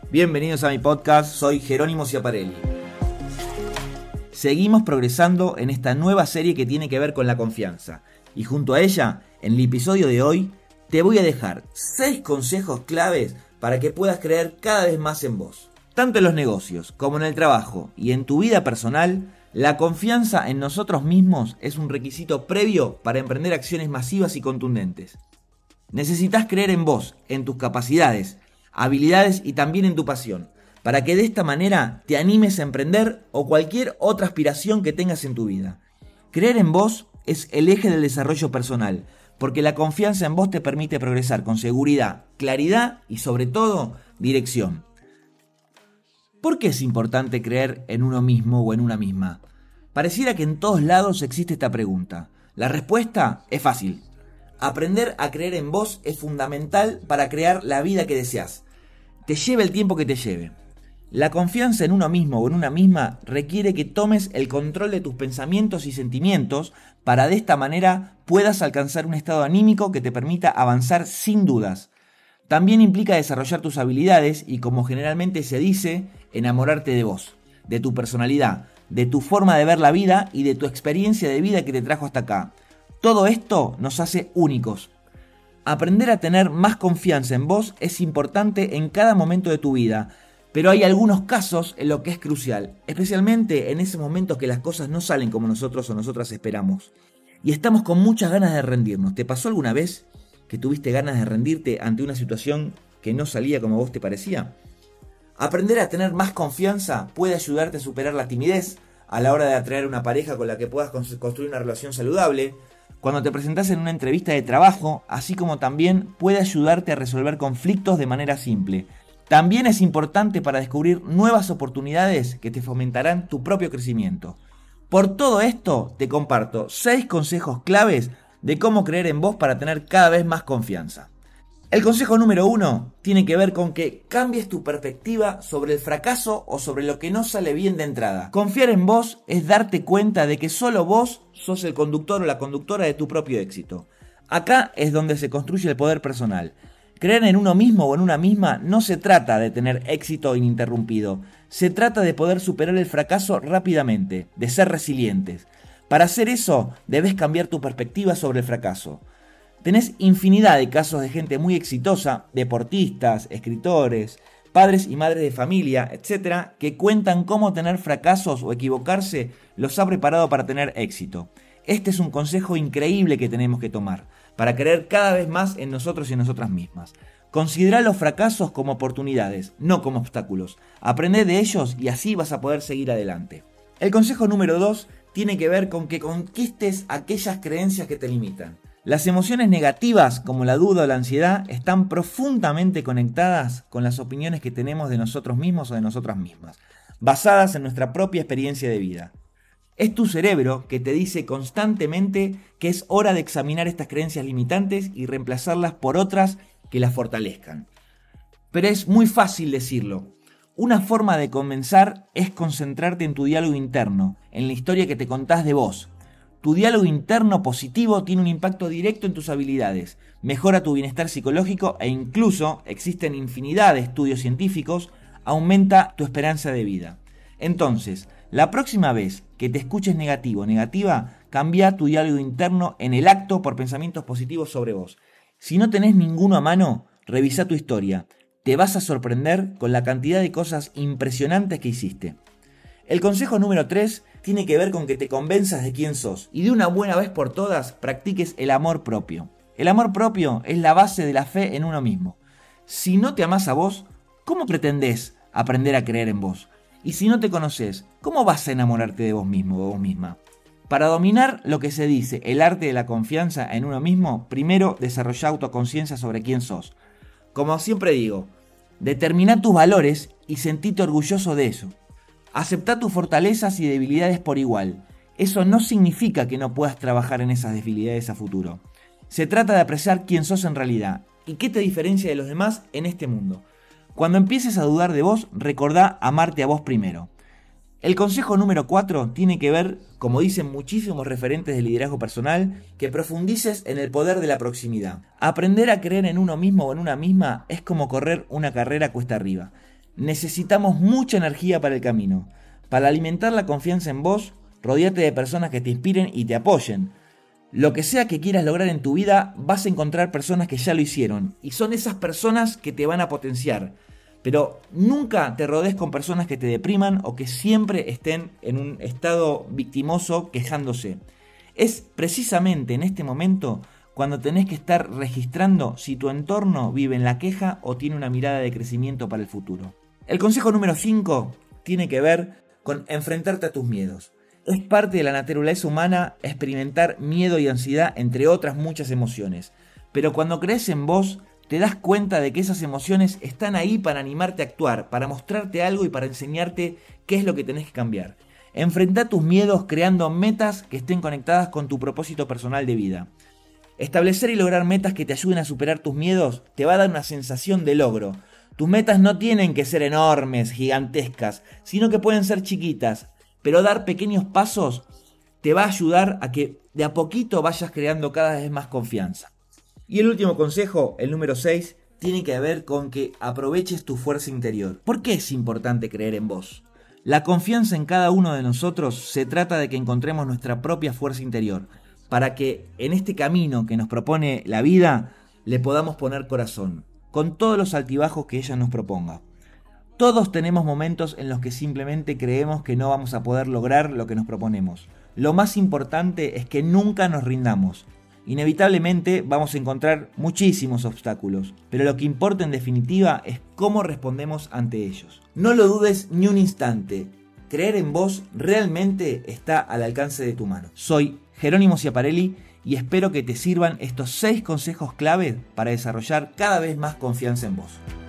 Bienvenidos a mi podcast, soy Jerónimo Schiaparelli. Seguimos progresando en esta nueva serie que tiene que ver con la confianza. Y junto a ella, en el episodio de hoy, te voy a dejar 6 consejos claves para que puedas creer cada vez más en vos. Tanto en los negocios como en el trabajo y en tu vida personal, la confianza en nosotros mismos es un requisito previo para emprender acciones masivas y contundentes. Necesitas creer en vos, en tus capacidades, habilidades y también en tu pasión, para que de esta manera te animes a emprender o cualquier otra aspiración que tengas en tu vida. Creer en vos es el eje del desarrollo personal, porque la confianza en vos te permite progresar con seguridad, claridad y sobre todo, dirección. ¿Por qué es importante creer en uno mismo o en una misma? Pareciera que en todos lados existe esta pregunta. La respuesta es fácil. Aprender a creer en vos es fundamental para crear la vida que deseas. Te lleve el tiempo que te lleve. La confianza en uno mismo o en una misma requiere que tomes el control de tus pensamientos y sentimientos para de esta manera puedas alcanzar un estado anímico que te permita avanzar sin dudas. También implica desarrollar tus habilidades y, como generalmente se dice, enamorarte de vos, de tu personalidad, de tu forma de ver la vida y de tu experiencia de vida que te trajo hasta acá. Todo esto nos hace únicos. Aprender a tener más confianza en vos es importante en cada momento de tu vida, pero hay algunos casos en los que es crucial, especialmente en esos momentos que las cosas no salen como nosotros o nosotras esperamos. Y estamos con muchas ganas de rendirnos. ¿Te pasó alguna vez que tuviste ganas de rendirte ante una situación que no salía como a vos te parecía? Aprender a tener más confianza puede ayudarte a superar la timidez a la hora de atraer una pareja con la que puedas construir una relación saludable, cuando te presentás en una entrevista de trabajo, así como también puede ayudarte a resolver conflictos de manera simple. También es importante para descubrir nuevas oportunidades que te fomentarán tu propio crecimiento. Por todo esto, te comparto 6 consejos claves de cómo creer en vos para tener cada vez más confianza. El consejo número 1 tiene que ver con que cambies tu perspectiva sobre el fracaso o sobre lo que no sale bien de entrada. Confiar en vos es darte cuenta de que solo vos sos el conductor o la conductora de tu propio éxito. Acá es donde se construye el poder personal. Creer en uno mismo o en una misma no se trata de tener éxito ininterrumpido. Se trata de poder superar el fracaso rápidamente, de ser resilientes. Para hacer eso, debes cambiar tu perspectiva sobre el fracaso. Tenés infinidad de casos de gente muy exitosa, deportistas, escritores, padres y madres de familia, etc., que cuentan cómo tener fracasos o equivocarse los ha preparado para tener éxito. Este es un consejo increíble que tenemos que tomar, para creer cada vez más en nosotros y en nosotras mismas. Considera los fracasos como oportunidades, no como obstáculos. Aprende de ellos y así vas a poder seguir adelante. El consejo número 2 tiene que ver con que conquistes aquellas creencias que te limitan. Las emociones negativas, como la duda o la ansiedad, están profundamente conectadas con las opiniones que tenemos de nosotros mismos o de nosotras mismas, basadas en nuestra propia experiencia de vida. Es tu cerebro que te dice constantemente que es hora de examinar estas creencias limitantes y reemplazarlas por otras que las fortalezcan. Pero es muy fácil decirlo. Una forma de comenzar es concentrarte en tu diálogo interno, en la historia que te contás de vos. Tu diálogo interno positivo tiene un impacto directo en tus habilidades, mejora tu bienestar psicológico e incluso, existen infinidad de estudios científicos, aumenta tu esperanza de vida. Entonces, la próxima vez que te escuches negativo o negativa, cambia tu diálogo interno en el acto por pensamientos positivos sobre vos. Si no tenés ninguno a mano, revisa tu historia. Te vas a sorprender con la cantidad de cosas impresionantes que hiciste. El consejo número 3 tiene que ver con que te convenzas de quién sos y de una buena vez por todas practiques el amor propio. El amor propio es la base de la fe en uno mismo. Si no te amás a vos, ¿cómo pretendés aprender a creer en vos? Y si no te conocés, ¿cómo vas a enamorarte de vos mismo o vos misma? Para dominar lo que se dice el arte de la confianza en uno mismo, primero desarrolla autoconciencia sobre quién sos. Como siempre digo, determina tus valores y sentite orgulloso de eso. Aceptá tus fortalezas y debilidades por igual. Eso no significa que no puedas trabajar en esas debilidades a futuro. Se trata de apreciar quién sos en realidad y qué te diferencia de los demás en este mundo. Cuando empieces a dudar de vos, recordá amarte a vos primero. El consejo número 4 tiene que ver, como dicen muchísimos referentes de liderazgo personal, que profundices en el poder de la proximidad. Aprender a creer en uno mismo o en una misma es como correr una carrera cuesta arriba. necesitamos mucha energía para el camino. Para alimentar la confianza en vos, rodéate de personas que te inspiren y te apoyen. Lo que sea que quieras lograr en tu vida, vas a encontrar personas que ya lo hicieron. Y son esas personas que te van a potenciar. Pero nunca te rodees con personas que te depriman o que siempre estén en un estado victimoso quejándose. Es precisamente en este momento cuando tenés que estar registrando si tu entorno vive en la queja o tiene una mirada de crecimiento para el futuro. El consejo número 5 tiene que ver con enfrentarte a tus miedos. Es parte de la naturaleza humana experimentar miedo y ansiedad, entre otras muchas emociones. Pero cuando crees en vos, te das cuenta de que esas emociones están ahí para animarte a actuar, para mostrarte algo y para enseñarte qué es lo que tenés que cambiar. Enfrentá tus miedos creando metas que estén conectadas con tu propósito personal de vida. Establecer y lograr metas que te ayuden a superar tus miedos te va a dar una sensación de logro. Tus metas no tienen que ser enormes, gigantescas, sino que pueden ser chiquitas, pero dar pequeños pasos te va a ayudar a que de a poquito vayas creando cada vez más confianza. Y el último consejo, el número 6, tiene que ver con que aproveches tu fuerza interior. ¿Por qué es importante creer en vos? La confianza en cada uno de nosotros se trata de que encontremos nuestra propia fuerza interior, para que en este camino que nos propone la vida le podamos poner corazón, con todos los altibajos que ella nos proponga. Todos tenemos momentos en los que simplemente creemos que no vamos a poder lograr lo que nos proponemos. Lo más importante es que nunca nos rindamos. Inevitablemente vamos a encontrar muchísimos obstáculos, pero lo que importa en definitiva es cómo respondemos ante ellos. No lo dudes ni un instante. Creer en vos realmente está al alcance de tu mano. Soy Jerónimo Schiaparelli y espero que te sirvan estos 6 consejos clave para desarrollar cada vez más confianza en vos.